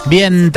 Bien,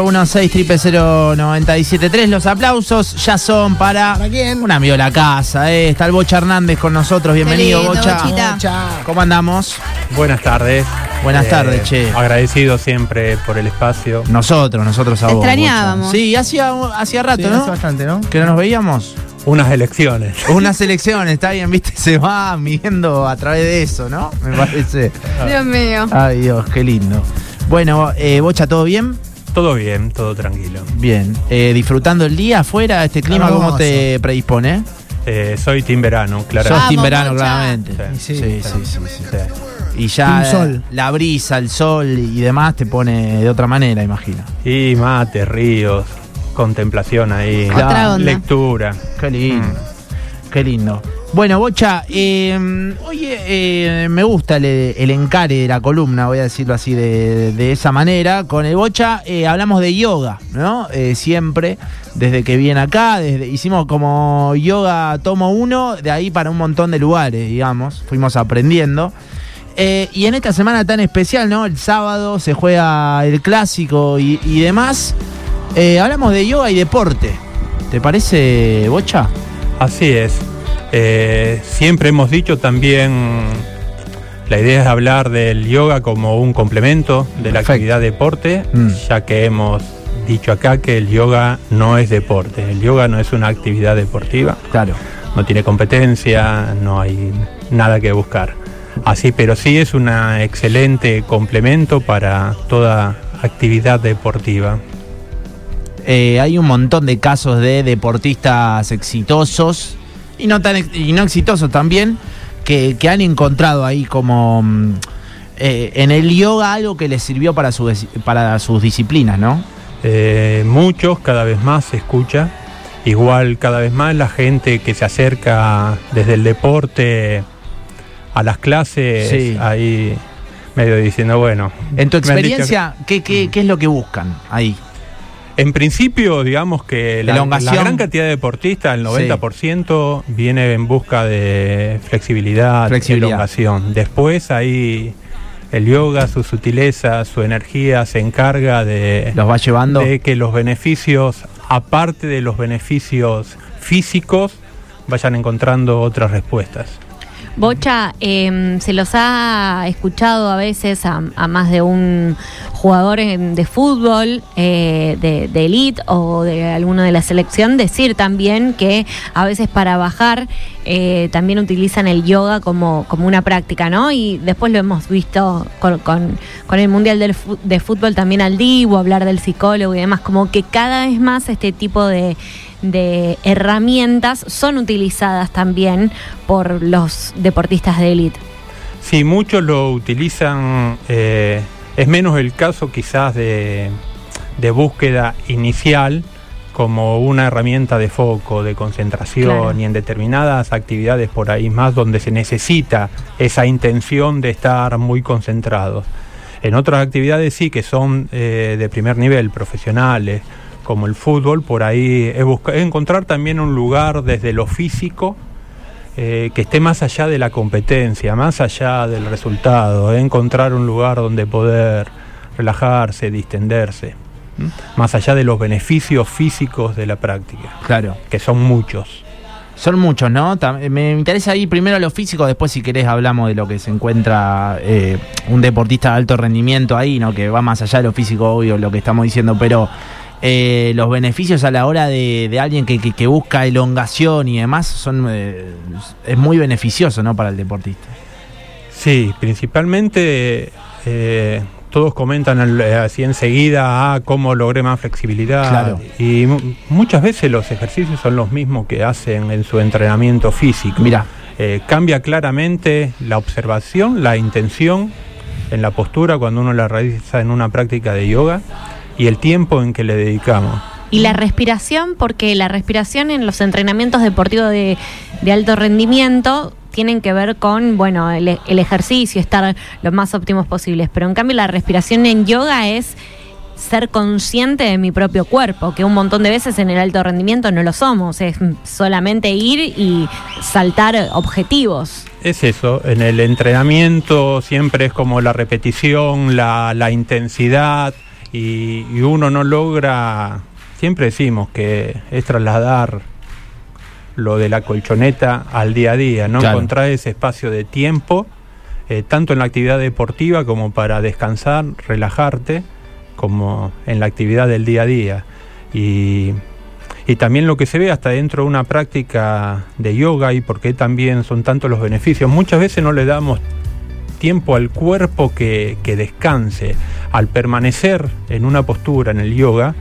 3416-000973. Los aplausos ya son para quién? un amigo de la casa. Está el Bocha Hernández con nosotros. Bienvenido, Qué lindo, Bocha. Bochita. ¿Cómo andamos? Buenas tardes. Buenas tardes, che. Agradecido siempre por el espacio. Nosotros a Te vos. extrañábamos. Bocha. Sí, hacía rato, Sí, ¿no? hace bastante, ¿no? Que no nos veíamos. Unas elecciones. Unas elecciones, está bien, viste, se va midiendo a través de eso, ¿no? Me parece. Dios mío. Ay, Dios, qué lindo. Bueno, Bocha, ¿todo bien? Todo bien, todo tranquilo. Bien. ¿Disfrutando el día afuera? ¿Este clima Hermoso. cómo te predispone? Soy team verano, claro. Sos Vamos, team verano, Bocha. claramente. Sí, Sí. Sí. Y ya Team sol. la brisa, el sol y demás te pone de otra manera, imagino. Y mate, ríos, contemplación ahí, Claro. Otra onda. lectura. Qué lindo. Qué lindo. Bueno, Bocha, oye, me gusta el encare de la columna, voy a decirlo así de esa manera. Con el Bocha hablamos de yoga, ¿no? Siempre, desde que viene acá, hicimos como yoga tomo 1, de ahí para un montón de lugares, digamos, fuimos aprendiendo. Y en esta semana tan especial, ¿no? El sábado se juega el clásico y demás. Hablamos de yoga y deporte. ¿Te parece, Bocha? Así es. Siempre hemos dicho también, la idea es hablar del yoga como un complemento de la Perfecto. actividad deporte, Mm. ya que hemos dicho acá que el yoga no es deporte. El yoga no es una actividad deportiva. Claro. No tiene competencia, no hay nada que buscar. Así, pero sí es un excelente complemento para toda actividad deportiva. Hay un montón de casos de deportistas exitosos y no exitosos también que han encontrado ahí como en el yoga algo que les sirvió para sus disciplinas, ¿no? Muchos, cada vez más se escucha. Igual cada vez más la gente que se acerca desde el deporte a las clases, Sí. ahí medio diciendo, bueno. En tu me han dicho experiencia, ¿qué es lo que buscan ahí? En principio, digamos que la Elongación. gran cantidad de deportistas, el 90%, viene en busca de flexibilidad, elongación. Después ahí el yoga, su sutileza, su energía se encarga de, ¿Los va llevando? de que los beneficios, aparte de los beneficios físicos, vayan encontrando otras respuestas. Bocha, se los ha escuchado a veces a más de un jugador de fútbol, de elite o de alguno de la selección, decir también que a veces para bajar también utilizan el yoga como una práctica, ¿no? Y después lo hemos visto con el Mundial de Fútbol también al Divo, hablar del psicólogo y demás, como que cada vez más este tipo de herramientas son utilizadas también por los deportistas de élite. Sí, muchos lo utilizan, es menos el caso quizás de búsqueda inicial como una herramienta de foco, de concentración, Claro. y en determinadas actividades por ahí más donde se necesita esa intención de estar muy concentrados. En otras actividades sí que son de primer nivel, profesionales, como el fútbol, por ahí es encontrar también un lugar desde lo físico que esté más allá de la competencia, más allá del resultado, encontrar un lugar donde poder relajarse, distenderse, más allá de los beneficios físicos de la práctica, Claro. que son muchos. Son muchos, ¿no? Me interesa ahí primero lo físico, después si querés hablamos de lo que se encuentra un deportista de alto rendimiento ahí, ¿no? Que va más allá de lo físico, obvio, lo que estamos diciendo, pero los beneficios a la hora de alguien que busca elongación y demás es muy beneficioso, ¿no? Para el deportista. Sí, principalmente todos comentan así enseguida cómo logré más flexibilidad. Claro. Y muchas veces los ejercicios son los mismos que hacen en su entrenamiento físico. Mirá. Cambia claramente la observación, la intención en la postura cuando uno la realiza en una práctica de yoga y el tiempo en que le dedicamos. Y la respiración, porque la respiración en los entrenamientos deportivos de alto rendimiento tienen que ver con, bueno, el ejercicio, estar lo más óptimos posibles. Pero en cambio la respiración en yoga es ser consciente de mi propio cuerpo, que un montón de veces en el alto rendimiento no lo somos. Es solamente ir y saltar objetivos. Es eso, en el entrenamiento siempre es como la repetición, la intensidad y uno no logra, siempre decimos que es trasladar lo de la colchoneta al día a día, ¿no? Claro. Encontrar ese espacio de tiempo, tanto en la actividad deportiva como para descansar, relajarte, como en la actividad del día a día. Y también lo que se ve hasta dentro de una práctica de yoga, y porque también son tantos los beneficios. Muchas veces no le damos tiempo al cuerpo que descanse. Al permanecer en una postura en el yoga,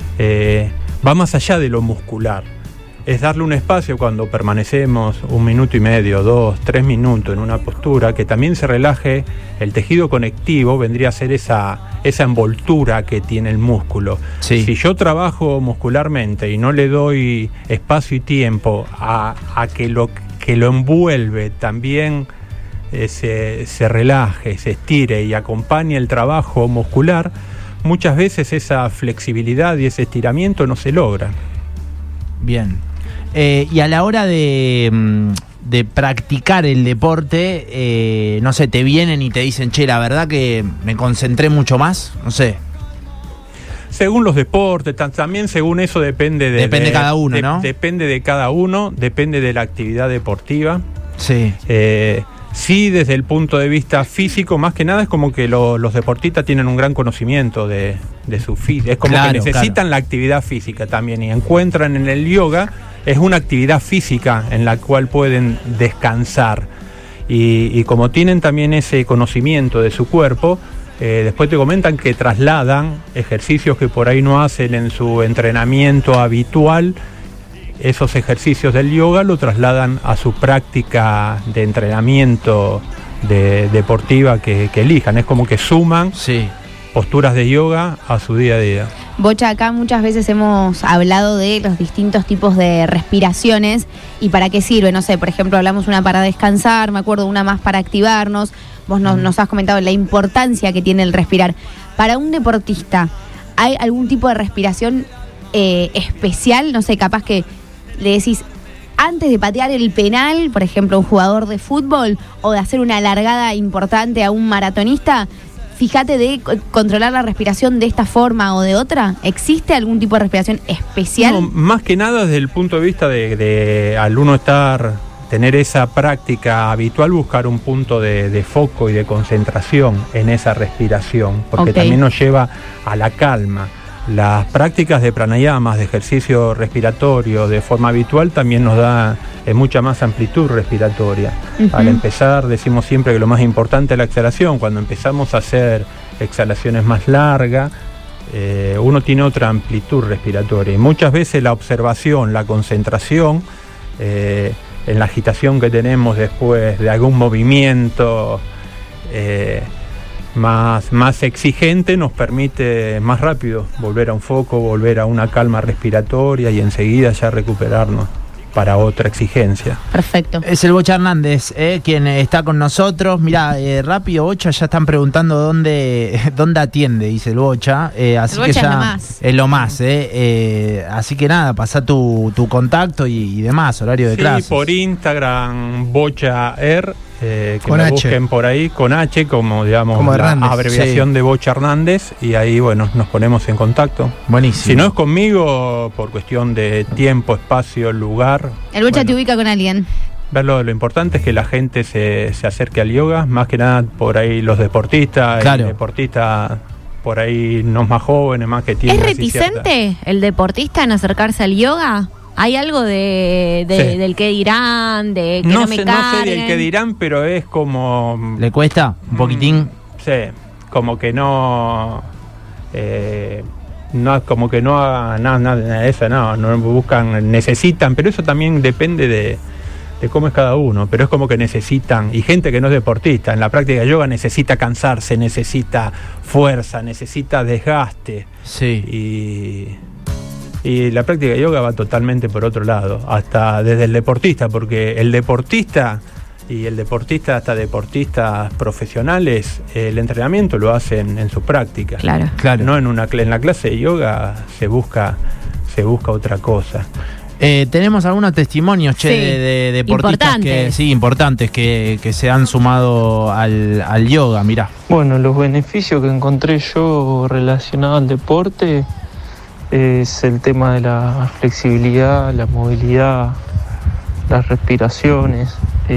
va más allá de lo muscular. Es darle un espacio cuando permanecemos 1 minuto y medio, 2, 3 minutos en una postura, que también se relaje el tejido conectivo, vendría a ser esa envoltura que tiene el músculo. Sí. Si yo trabajo muscularmente y no le doy espacio y tiempo a que lo envuelve también se relaje, se estire y acompañe el trabajo muscular, muchas veces esa flexibilidad y ese estiramiento no se logra. Bien. Y a la hora de practicar el deporte, no sé, te vienen y te dicen, che, la verdad que me concentré mucho más, no sé. Según los deportes, también según eso depende de cada uno, ¿no? Depende de cada uno, depende de la actividad deportiva. Sí. Sí, desde el punto de vista físico, más que nada es como que los deportistas tienen un gran conocimiento de su físico. Es como que necesitan la actividad física también, y encuentran en el yoga, es una actividad física en la cual pueden descansar. Y como tienen también ese conocimiento de su cuerpo, después te comentan que trasladan ejercicios que por ahí no hacen en su entrenamiento habitual. Esos ejercicios del yoga lo trasladan a su práctica de entrenamiento deportiva que elijan. Es como que suman posturas de yoga a su día a día. Bocha, acá muchas veces hemos hablado de los distintos tipos de respiraciones y para qué sirve. No sé, por ejemplo, hablamos una para descansar, me acuerdo una más para activarnos. Vos nos has comentado la importancia que tiene el respirar. Para un deportista, ¿hay algún tipo de respiración especial? No sé, capaz que le decís, antes de patear el penal, por ejemplo, un jugador de fútbol, o de hacer una largada importante a un maratonista, fíjate de controlar la respiración de esta forma o de otra. ¿Existe algún tipo de respiración especial? No, más que nada desde el punto de vista de al uno tener esa práctica habitual, buscar un punto de foco y de concentración en esa respiración, porque también nos lleva a la calma. Las prácticas de pranayamas, de ejercicio respiratorio de forma habitual, también nos da mucha más amplitud respiratoria. Al empezar, decimos siempre que lo más importante es la exhalación. Cuando empezamos a hacer exhalaciones más largas, uno tiene otra amplitud respiratoria. Y muchas veces la observación, la concentración, en la agitación que tenemos después de algún movimiento más exigente, nos permite más rápido volver a un foco, volver a una calma respiratoria y enseguida ya recuperarnos para otra exigencia. Perfecto. Es el Bocha Hernández, quien está con nosotros. Mirá, rápido, Bocha, ya están preguntando dónde atiende, dice el Bocha. Así el que Bocha ya es lo más. Así que nada, pasá tu contacto y demás, horario de clases. Sí, por Instagram, Bocha que con me H. busquen por ahí, con H, como digamos como la Hernández, abreviación de Bocha Hernández, y ahí bueno, nos ponemos en contacto. Buenísimo. Si no es conmigo, por cuestión de tiempo, espacio, lugar. El Bocha te ubica con alguien. Lo importante es que la gente se acerque al yoga, más que nada por ahí los deportistas, claro. El deportista por ahí no más jóvenes, más que tienen. ¿Es reticente el deportista en acercarse al yoga? ¿Hay algo del que dirán, de que no me carguen? No sé del que dirán, pero es como... ¿Le cuesta un poquitín? Sí, como que no... como que no hagan nada de eso, no buscan, necesitan, pero eso también depende de cómo es cada uno, pero es como que necesitan, y gente que no es deportista, en la práctica de yoga necesita cansarse, necesita fuerza, necesita desgaste. Sí. Y la práctica de yoga va totalmente por otro lado, hasta desde el deportista, porque el deportista hasta deportistas profesionales, el entrenamiento lo hacen en su práctica. Claro. No en la clase de yoga se busca otra cosa. Tenemos algunos testimonios, che, Sí. de deportistas Importantes. que se han sumado al yoga, mirá. Bueno, los beneficios que encontré yo relacionados al deporte es el tema de la flexibilidad, la movilidad, las respiraciones.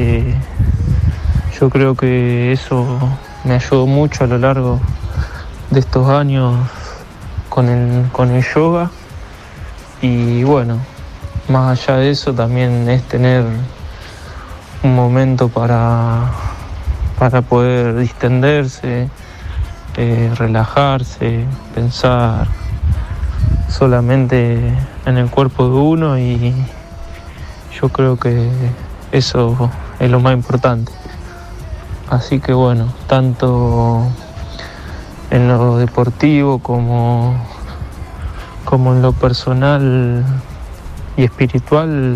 Yo creo que eso me ayudó mucho a lo largo de estos años con el yoga. Y bueno, más allá de eso también es tener un momento para poder distenderse, relajarse, pensar solamente en el cuerpo de uno, y yo creo que eso es lo más importante. Así que bueno, tanto en lo deportivo como en lo personal y espiritual,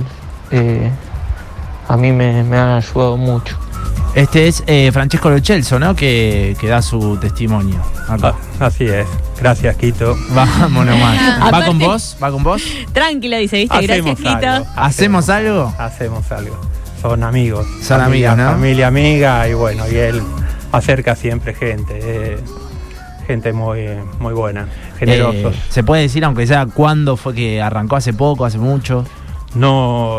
a mí me ha ayudado mucho. Este es Francesco Lo Celso, ¿no? Que da su testimonio acá. Así es. Gracias, Quito. Vamos nomás. ¿Va Aparte- con vos? ¿Va con vos? Tranquilo, dice, ¿viste? Gracias, Quito. ¿Hacemos algo? Hacemos algo. Son amigos. Son amigos, ¿no? Familia amiga, y bueno, y él acerca siempre gente. Gente muy buena, generosos. ¿Se puede decir, aunque sea, cuándo fue que arrancó? ¿Hace poco, hace mucho? No,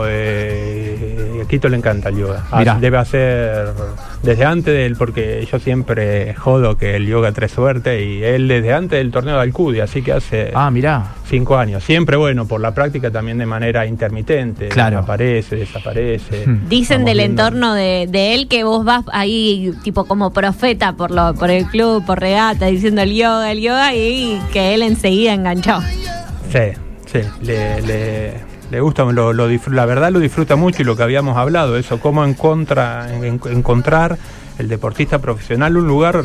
a Quito le encanta el yoga. Mirá. Debe hacer desde antes porque yo siempre jodo que el yoga trae suerte, y él desde antes del torneo de Alcudia, así que hace Ah, mirá. 5 años. Siempre, bueno, por la práctica también de manera intermitente. Claro. Aparece, desaparece. Dicen Vamos del viendo. entorno de él que vos vas ahí tipo como profeta por el club, por regata, diciendo el yoga, y que él enseguida enganchó. Sí, le gusta, la verdad lo disfruta mucho, y lo que habíamos hablado, eso, cómo encontrar el deportista profesional un lugar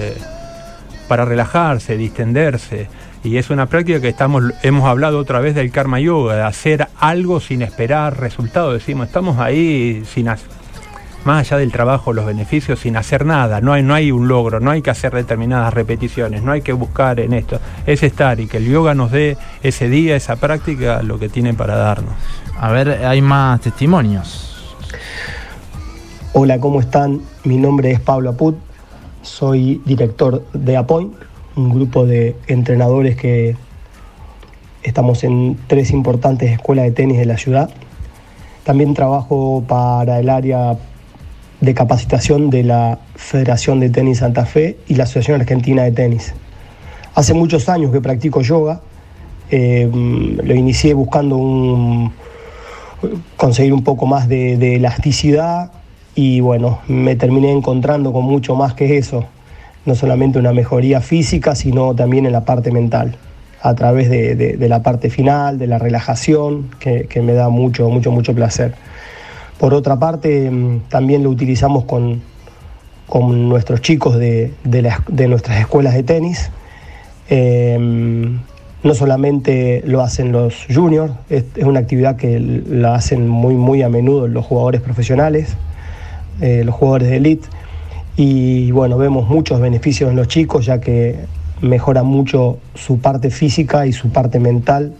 para relajarse, distenderse. Y es una práctica que hemos hablado otra vez del karma yoga, de hacer algo sin esperar resultados. Decimos, estamos ahí más allá del trabajo, los beneficios, sin hacer nada. No hay un logro, no hay que hacer determinadas repeticiones, no hay que buscar en esto. Es estar, y que el yoga nos dé ese día, esa práctica, lo que tiene para darnos. A ver, hay más testimonios. Hola, ¿cómo están? Mi nombre es Pablo Aput, soy director de Apoint, un grupo de entrenadores que estamos en 3 importantes escuelas de tenis de la ciudad. También trabajo para el área de capacitación de la Federación de Tenis Santa Fe y la Asociación Argentina de Tenis. Hace muchos años que practico yoga, lo inicié buscando conseguir un poco más de elasticidad, y bueno, me terminé encontrando con mucho más que eso, no solamente una mejoría física, sino también en la parte mental, a través de la parte final, de la relajación, que me da mucho placer. Por otra parte, también lo utilizamos con nuestros chicos de nuestras escuelas de tenis. No solamente lo hacen los juniors, es una actividad que la hacen muy a menudo los jugadores profesionales, los jugadores de elite. Y bueno, vemos muchos beneficios en los chicos, ya que mejora mucho su parte física y su parte mental,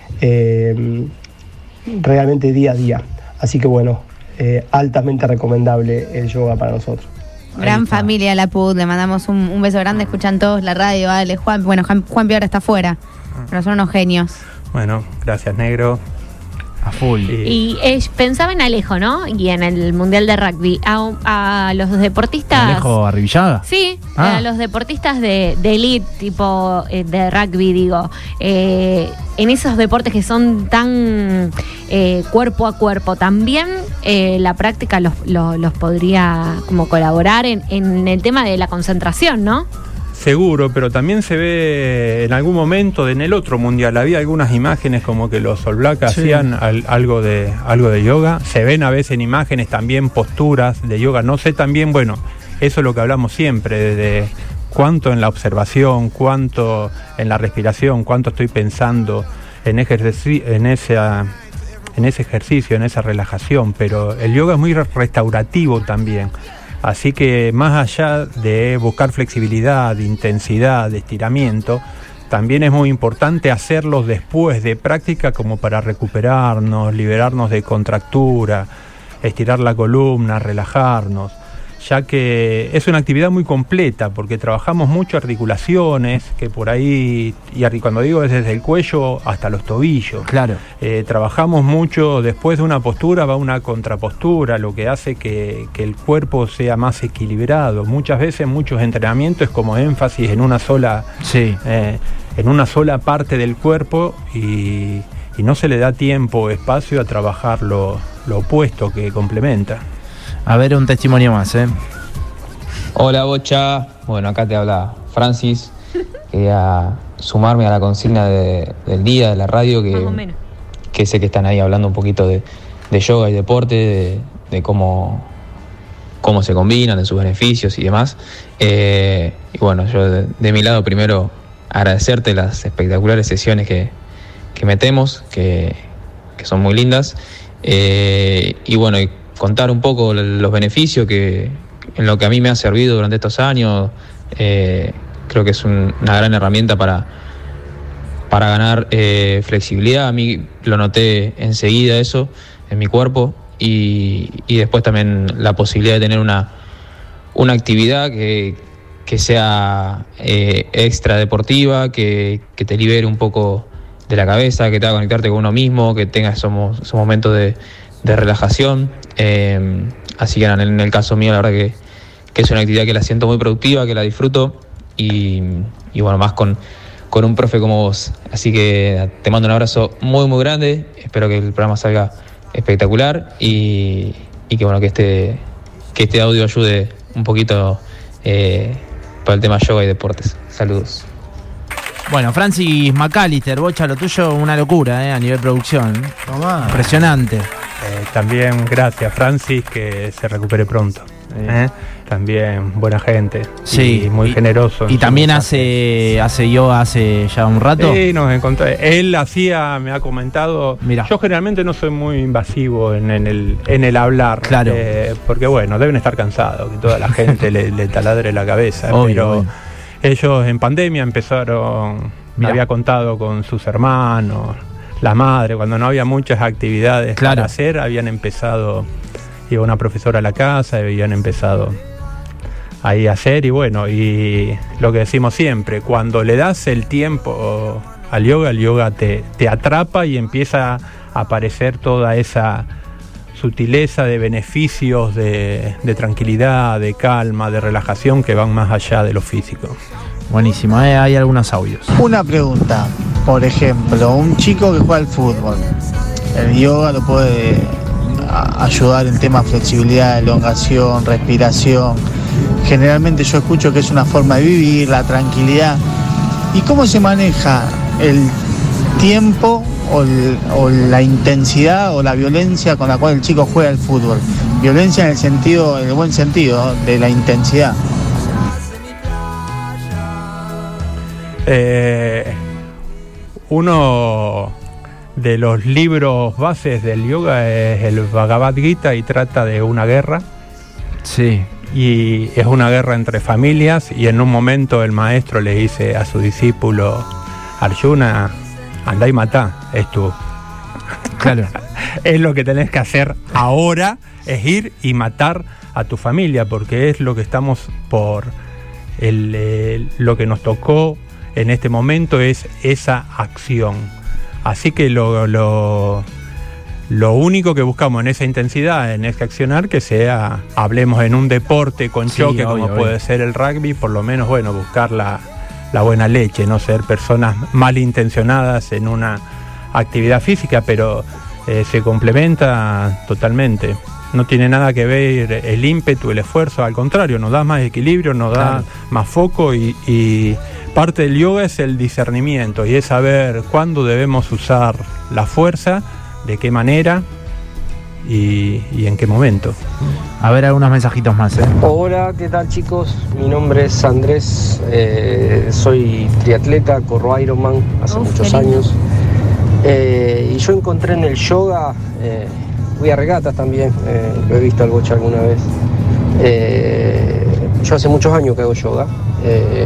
realmente día a día. Así que bueno, altamente recomendable el yoga para nosotros. Gran familia La Put, le mandamos un beso grande, escuchan todos la radio, Ale, Juan. Bueno, Juan ahora está afuera, pero son unos genios. Bueno, gracias, negro. A full. Y pensaba en Alejo, ¿no? Y en el Mundial de Rugby. A los deportistas... ¿Alejo Arribillaga? Sí, Ah. a los deportistas de elite, tipo de rugby, digo, en esos deportes que son tan cuerpo a cuerpo, también la práctica los podría como colaborar en el tema de la concentración, ¿no? Seguro, pero también se ve en algún momento en el otro mundial. Había algunas imágenes como que los All Black hacían algo de yoga. Se ven a veces en imágenes también posturas de yoga. No sé también, bueno, eso es lo que hablamos siempre, de cuánto en la observación, cuánto en la respiración, cuánto estoy pensando en ese ejercicio, en esa relajación. Pero el yoga es muy restaurativo también. Así que más allá de buscar flexibilidad, de intensidad, de estiramiento, también es muy importante hacerlos después de práctica como para recuperarnos, liberarnos de contractura, estirar la columna, relajarnos, ya que es una actividad muy completa porque trabajamos mucho articulaciones, que por ahí, y cuando digo es desde el cuello hasta los tobillos. Claro. Trabajamos mucho, después de una postura va una contrapostura, lo que hace que el cuerpo sea más equilibrado. Muchas veces, muchos entrenamientos es como énfasis en una sola, en una sola parte del cuerpo y no se le da tiempo o espacio a trabajar lo opuesto que complementa. A ver, un testimonio más, Hola, Bocha. Bueno, acá te habla Francis. Quería sumarme a la consigna del día de la radio, que sé que están ahí hablando un poquito de yoga y deporte, de cómo se combinan, de sus beneficios y demás. Y bueno, yo de mi lado primero agradecerte las espectaculares sesiones que metemos, que son muy lindas. Y bueno, y contar un poco los beneficios en lo que a mí me ha servido durante estos años. Creo que es una gran herramienta para ganar flexibilidad. A mí lo noté enseguida eso en mi cuerpo y después también la posibilidad de tener una actividad que sea extra deportiva, que te libere un poco de la cabeza, que te haga conectarte con uno mismo, que tengas esos momentos de relajación. Así que en el caso mío la verdad que es una actividad que la siento muy productiva, que la disfruto y bueno, más con un profe como vos. Así que te mando un abrazo muy muy grande, espero que el programa salga espectacular y que bueno, que este audio ayude un poquito para el tema yoga y deportes. Saludos. Bueno, Francis McAllister, Bocha, lo tuyo una locura, a nivel producción. Tomá. Impresionante. También gracias, Francis, que se recupere pronto. También buena gente, sí, y muy generoso. Y también hace yoga hace ya un rato. Sí, nos encontré. Él me ha comentado. Mirá. Yo generalmente no soy muy invasivo en el hablar. Claro. Porque bueno, deben estar cansados, que toda la gente le taladre la cabeza. Obvio, pero obvio. Ellos en pandemia empezaron, me había contado con sus hermanos, la madre, cuando no había muchas actividades para hacer, habían empezado, iba una profesora a la casa, habían empezado ahí a hacer y bueno, y lo que decimos siempre, cuando le das el tiempo al yoga, el yoga te atrapa y empieza a aparecer toda esa sutileza de beneficios, de tranquilidad, de calma, de relajación que van más allá de lo físico. Buenísimo, hay algunos audios. Una pregunta, por ejemplo, un chico que juega al fútbol, el yoga lo puede ayudar en temas de flexibilidad, elongación, respiración. Generalmente yo escucho que es una forma de vivir, la tranquilidad. ¿Y cómo se maneja el tiempo o la intensidad o la violencia con la cual el chico juega al fútbol? Violencia en el buen sentido de la intensidad. Uno de los libros bases del yoga es el Bhagavad Gita y trata de una guerra. Sí. Y es una guerra entre familias y en un momento el maestro le dice a su discípulo Arjuna, andá y matá, es tú. Claro. Es lo que tenés que hacer ahora, es ir y matar a tu familia, porque es lo que estamos lo que nos tocó en este momento es esa acción. Así que lo único que buscamos en esa intensidad, en ese accionar, que sea, hablemos en un deporte con choque, como puede ser el rugby, por lo menos, bueno, buscar la buena leche, no ser personas malintencionadas en una actividad física, pero se complementa totalmente. No tiene nada que ver el ímpetu, el esfuerzo, al contrario, nos da más equilibrio, nos da más foco y parte del yoga es el discernimiento y es saber cuándo debemos usar la fuerza, de qué manera y en qué momento. A ver algunos mensajitos más. Hola, ¿qué tal chicos? Mi nombre es Andrés, soy triatleta, corro Ironman hace muchos años y yo encontré en el yoga, voy a regatas también, lo he visto al Bocha alguna vez. Yo hace muchos años que hago yoga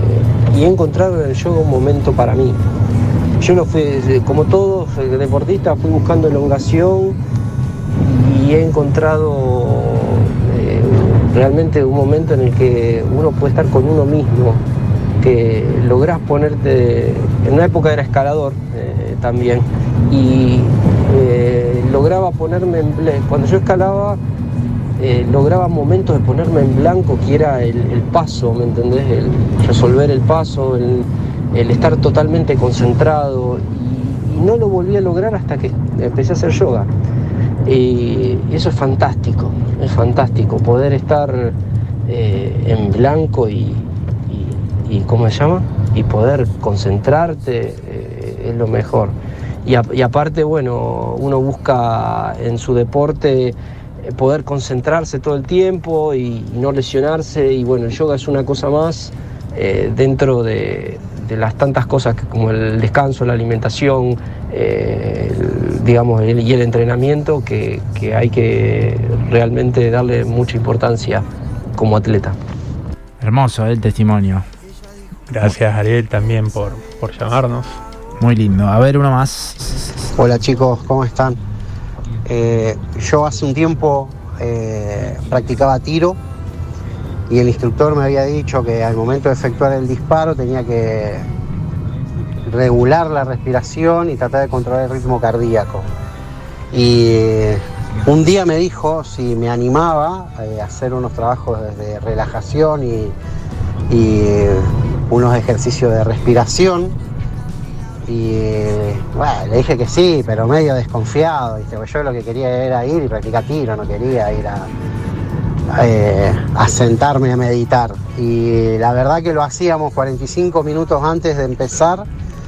he encontrado en el yoga un momento para mí. Yo no fui, como todos deportistas, fui buscando elongación y he encontrado realmente un momento en el que uno puede estar con uno mismo, que lográs ponerte, en una época era escalador también, y lograba ponerme cuando yo escalaba, lograba momentos de ponerme en blanco, que era el paso, ¿me entendés? El resolver el paso, el estar totalmente concentrado, y no lo volví a lograr hasta que empecé a hacer yoga. Y eso es fantástico poder estar en blanco y ¿cómo se llama? Y poder concentrarte es lo mejor. Y aparte, bueno, uno busca en su deporte poder concentrarse todo el tiempo y no lesionarse, y bueno, el yoga es una cosa más dentro de las tantas cosas como el descanso, la alimentación, digamos, y el entrenamiento que hay que realmente darle mucha importancia como atleta. Hermoso el testimonio. Gracias, Ariel, también por llamarnos. Muy lindo. A ver, uno más. Hola chicos, ¿cómo están? Yo hace un tiempo practicaba tiro y el instructor me había dicho que al momento de efectuar el disparo tenía que regular la respiración y tratar de controlar el ritmo cardíaco. Y un día me dijo si me animaba a hacer unos trabajos de relajación y unos ejercicios de respiración. Y bueno, le dije que sí, pero medio desconfiado, ¿viste? Porque yo lo que quería era ir y practicar tiro, no quería ir a sentarme a meditar. Y la verdad que lo hacíamos 45 minutos antes de empezar,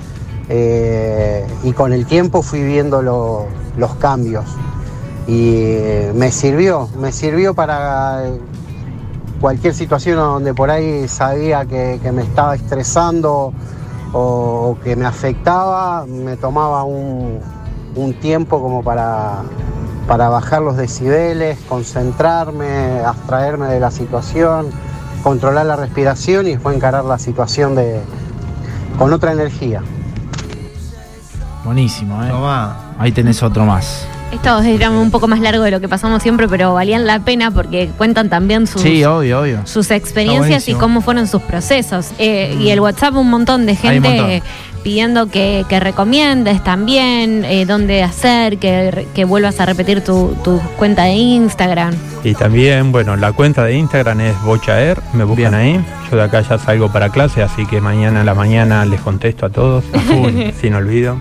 y con el tiempo fui viendo los cambios. Y me sirvió para cualquier situación donde por ahí sabía que me estaba estresando o que me afectaba, me tomaba un tiempo como para bajar los decibeles, concentrarme, abstraerme de la situación, controlar la respiración y después encarar la situación con otra energía. Buenísimo, ¿eh? Ahí tenés otro más. Estos eran un poco más largos de lo que pasamos siempre, pero valían la pena porque cuentan también sus, obvio. sus experiencias y cómo fueron sus procesos. Y el WhatsApp, un montón de gente pidiendo que recomiendes también, dónde hacer, que vuelvas a repetir tu cuenta de Instagram. Y también, bueno, la cuenta de Instagram es bochaer, me buscan ahí. Yo de acá ya salgo para clase, así que mañana a la mañana les contesto a todos, sin olvido.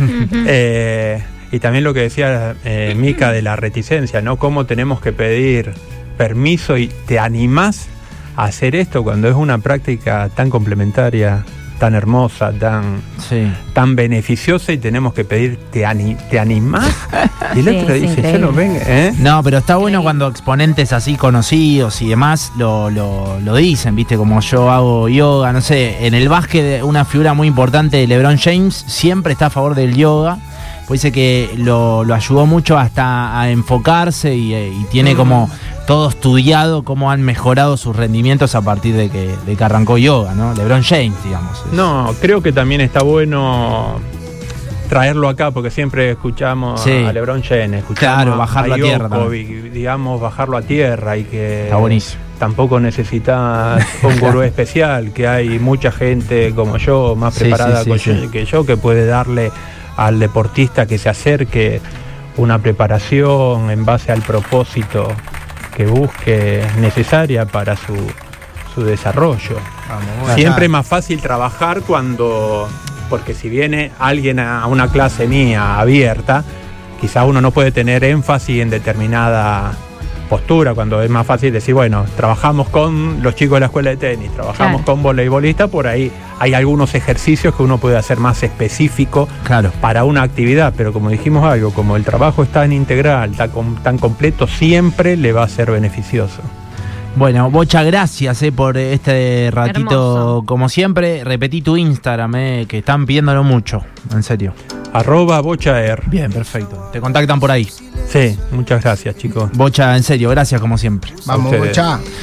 Y también lo que decía Mica de la reticencia, ¿no? Cómo tenemos que pedir permiso y te animás a hacer esto cuando es una práctica tan complementaria, tan hermosa, tan beneficiosa, y tenemos que pedir te animás. Y el otro dice, yo no vengo, ¿eh? No, pero está bueno cuando exponentes así conocidos y demás lo dicen, ¿viste? Como yo hago yoga, no sé, en el básquet una figura muy importante de LeBron James siempre está a favor del yoga. Pues dice que lo ayudó mucho hasta a enfocarse y tiene como todo estudiado cómo han mejorado sus rendimientos a partir de que arrancó yoga, ¿no? LeBron James, digamos. No, creo que también está bueno traerlo acá, porque siempre escuchamos a LeBron James, escuchamos bajarlo a tierra, digamos, bajarlo a tierra, y que está buenísimo. Tampoco necesitas un gurú especial, que hay mucha gente como yo, más preparada que yo, que puede darle al deportista que se acerque una preparación en base al propósito que busque necesaria para su desarrollo. Siempre es más fácil trabajar porque si viene alguien a una clase mía abierta, quizás uno no puede tener énfasis en determinada postura, cuando es más fácil decir, bueno, trabajamos con los chicos de la escuela de tenis, trabajamos con voleibolistas, por ahí hay algunos ejercicios que uno puede hacer más específico para una actividad, pero como dijimos algo, como el trabajo es tan integral, tan completo, siempre le va a ser beneficioso. Bueno, Bocha, gracias por este ratito. Hermoso. Como siempre, repetí tu Instagram, que están pidiéndolo mucho, en serio. @bochaer. Bien, perfecto. Te contactan por ahí. Sí, muchas gracias, chicos. Bocha, en serio, gracias como siempre. Vamos, Bocha.